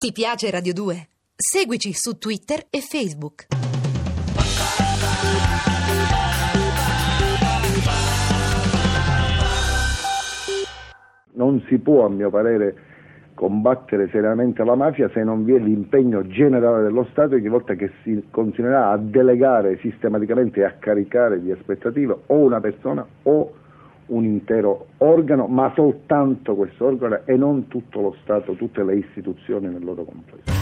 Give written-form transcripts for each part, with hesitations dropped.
Ti piace Radio 2? Seguici su Twitter e Facebook. Non si può, a mio parere, combattere seriamente la mafia se non vi è l'impegno generale dello Stato, ogni volta che si continuerà a delegare sistematicamente e a caricare di aspettative o una persona o un intero organo, ma soltanto questo organo e non tutto lo Stato, tutte le istituzioni nel loro complesso.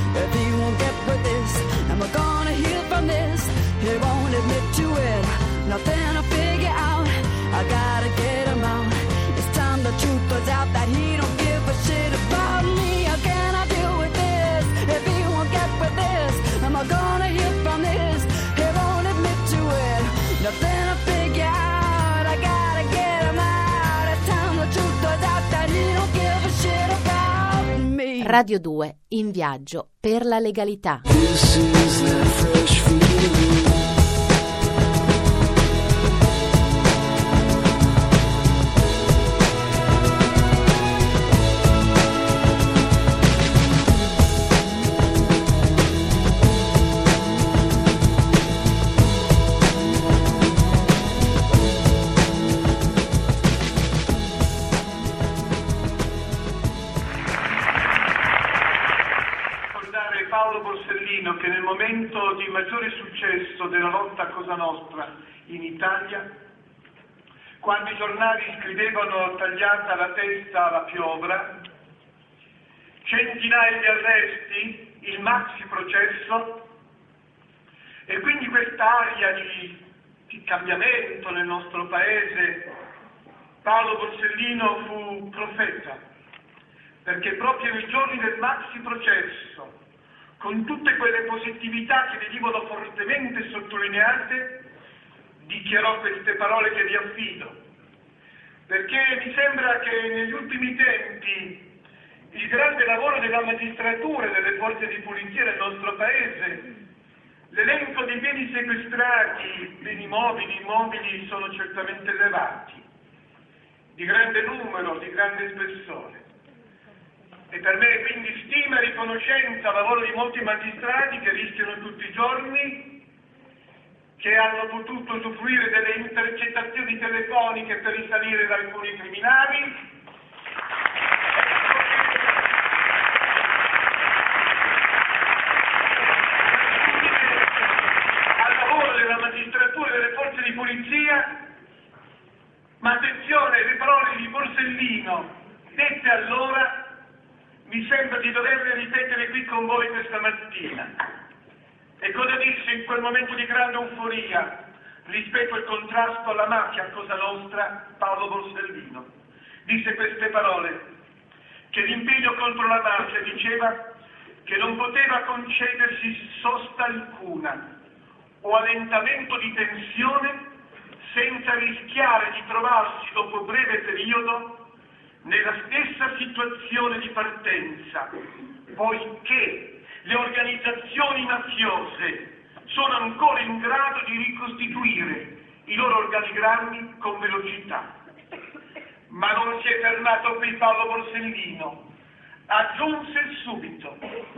Radio 2 in viaggio per la legalità. Paolo Borsellino, che nel momento di maggiore successo della lotta a Cosa Nostra in Italia, quando i giornali scrivevano tagliata la testa alla piovra, centinaia di arresti, il maxi processo, e quindi questa aria di cambiamento nel nostro paese, Paolo Borsellino fu profeta, perché proprio nei giorni del maxi processo, con tutte quelle positività che venivano fortemente sottolineate, dichiarò queste parole che vi affido, perché mi sembra che negli ultimi tempi il grande lavoro della magistratura e delle forze di polizia del nostro paese, l'elenco dei beni sequestrati, beni mobili, immobili, sono certamente elevati, di grande numero, di grande spessore. E per me quindi stima e riconoscenza al lavoro di molti magistrati che rischiano tutti i giorni, che hanno potuto usufruire delle intercettazioni telefoniche per risalire da alcuni criminali, al lavoro della magistratura e delle forze di polizia. Ma attenzione, le parole di Borsellino dette allora mi sembra di doverle ripetere qui con voi questa mattina. E cosa disse in quel momento di grande euforia rispetto al contrasto alla mafia a Cosa Nostra Paolo Borsellino? Disse queste parole, che l'impegno contro la mafia, diceva, che non poteva concedersi sosta alcuna o allentamento di tensione senza rischiare di trovarsi dopo breve periodo nella stessa situazione di partenza, poiché le organizzazioni mafiose sono ancora in grado di ricostituire i loro organigrammi con velocità. Ma non si è fermato qui Paolo Borsellino, aggiunse subito: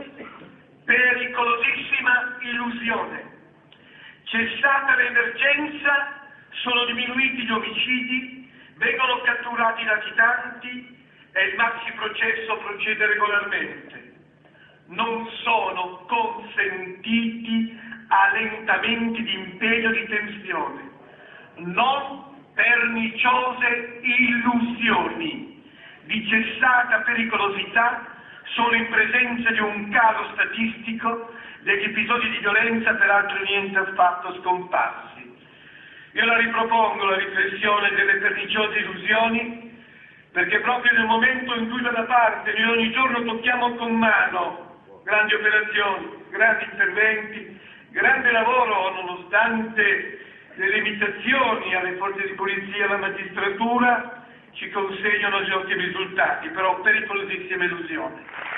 pericolosissima illusione. Cessata l'emergenza, sono diminuiti gli omicidi, vengono catturati i latitanti e il maxi processo procede regolarmente. Non sono consentiti allentamenti di impegno di tensione, non perniciose illusioni di cessata pericolosità solo in presenza di un calo statistico degli episodi di violenza, peraltro niente affatto scomparsi. Io la ripropongo la riflessione delle perniciose illusioni, perché proprio nel momento in cui da una parte noi ogni giorno tocchiamo con mano grandi operazioni, grandi interventi, grande lavoro nonostante le limitazioni alle forze di polizia e alla magistratura, ci consegnano gli ottimi risultati, però pericolosissime illusioni.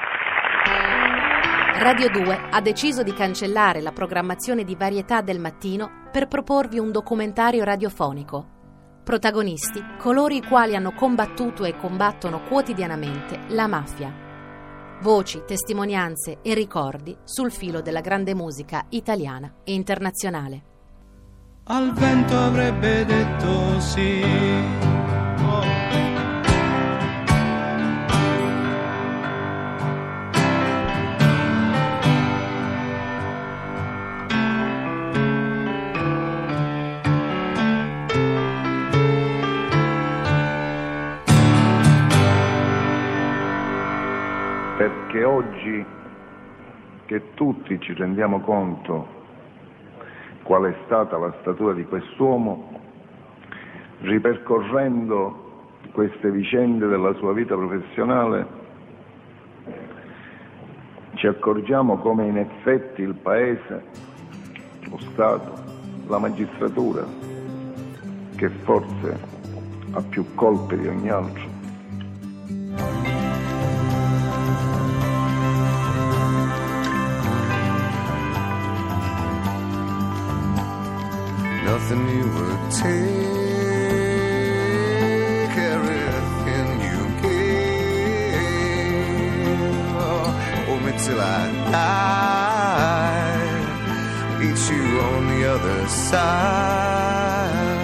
Radio 2 ha deciso di cancellare la programmazione di Varietà del mattino per proporvi un documentario radiofonico. Protagonisti, coloro i quali hanno combattuto e combattono quotidianamente la mafia. Voci, testimonianze e ricordi sul filo della grande musica italiana e internazionale. Al vento avrebbe detto sì. Perché oggi che tutti ci rendiamo conto qual è stata la statura di quest'uomo, ripercorrendo queste vicende della sua vita professionale, ci accorgiamo come in effetti il Paese, lo Stato, la magistratura, che forse ha più colpe di ogni altro, nothing you would take, everything you give. Hold me till I die, meet you on the other side.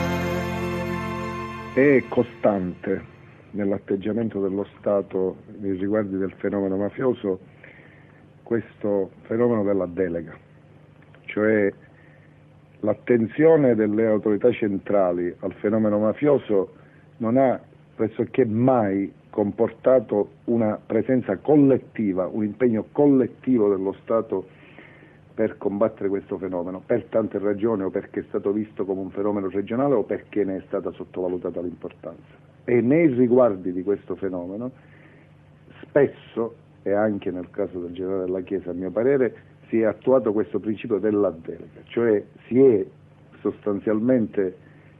è costante nell'atteggiamento dello Stato nei riguardi del fenomeno mafioso questo fenomeno della delega, cioè l'attenzione delle autorità centrali al fenomeno mafioso non ha pressoché mai comportato una presenza collettiva, un impegno collettivo dello Stato per combattere questo fenomeno, per tante ragioni, o perché è stato visto come un fenomeno regionale o perché ne è stata sottovalutata l'importanza. E nei riguardi di questo fenomeno, spesso, e anche nel caso del generale Della Chiesa a mio parere, si è attuato questo principio della delega, cioè si è sostanzialmente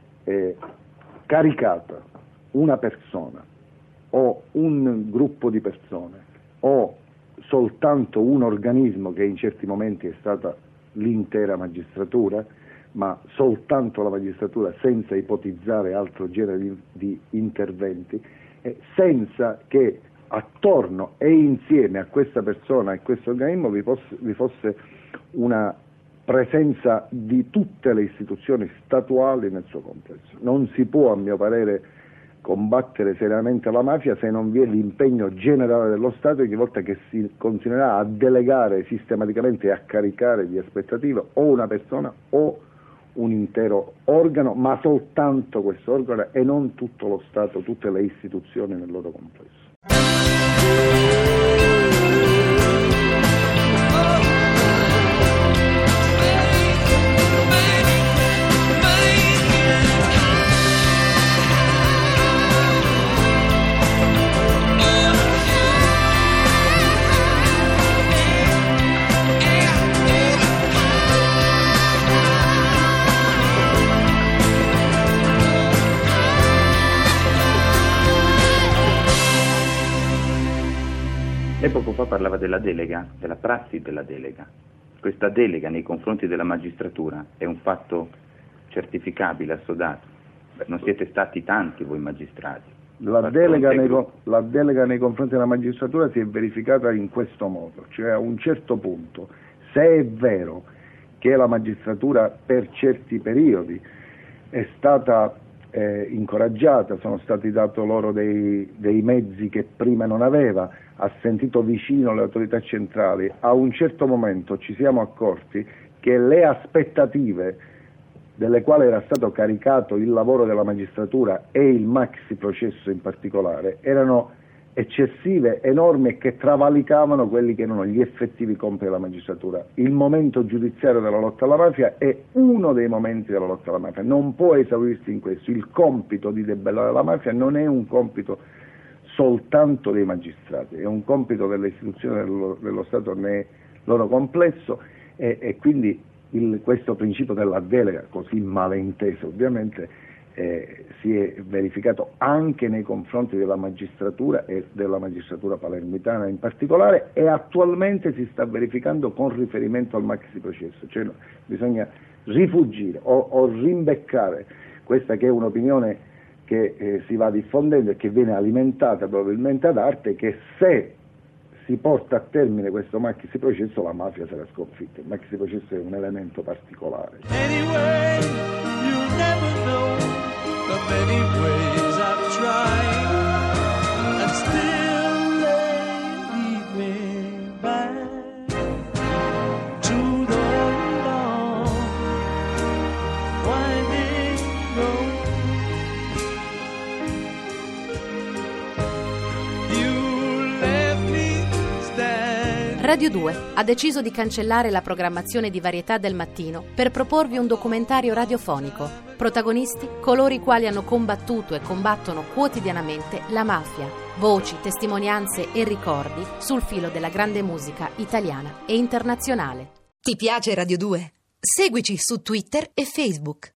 caricata una persona o un gruppo di persone o soltanto un organismo, che in certi momenti è stata l'intera magistratura, ma soltanto la magistratura, senza ipotizzare altro genere di interventi, senza che attorno e insieme a questa persona e questo organismo vi fosse una presenza di tutte le istituzioni statuali nel suo complesso. Non si può, a mio parere, combattere seriamente la mafia se non vi è l'impegno generale dello Stato, ogni volta che si continuerà a delegare sistematicamente e a caricare di aspettative o una persona o un intero organo, ma soltanto questo organo e non tutto lo Stato, tutte le istituzioni nel loro complesso. Lei poco fa parlava della delega, della prassi della delega. Questa delega nei confronti della magistratura è un fatto certificabile, assodato. Non siete stati tanti voi magistrati. La delega nei confronti della magistratura si è verificata in questo modo, cioè a un certo punto, se è vero che la magistratura per certi periodi è stata incoraggiata, sono stati dati loro dei mezzi che prima non aveva, ha sentito vicino le autorità centrali, a un certo momento ci siamo accorti che le aspettative delle quali era stato caricato il lavoro della magistratura e il maxi processo in particolare erano eccessive, enormi e che travalicavano quelli che erano gli effettivi compiti della magistratura. Il momento giudiziario della lotta alla mafia è uno dei momenti della lotta alla mafia, non può esaurirsi in questo. Il compito di debellare la mafia non è un compito soltanto dei magistrati, è un compito delle istituzioni dello Stato nel loro complesso e quindi questo principio della delega, così malinteso ovviamente, si è verificato anche nei confronti della magistratura e della magistratura palermitana in particolare, e attualmente si sta verificando con riferimento al maxi processo, cioè bisogna rifugire o rimbeccare questa che è un'opinione che si va diffondendo e che viene alimentata probabilmente ad arte, che se si porta a termine questo maxi processo, la mafia sarà sconfitta. Il maxi processo è un elemento particolare. Anyway, you'll never know the many ways I've tried, and still they lead me back to the long, winding road. You left me standing. Radio 2 ha deciso di cancellare la programmazione di Varietà del Mattino per proporvi un documentario radiofonico. Protagonisti coloro i quali hanno combattuto e combattono quotidianamente la mafia. Voci, testimonianze e ricordi sul filo della grande musica italiana e internazionale. Ti piace Radio 2? Seguici su Twitter e Facebook.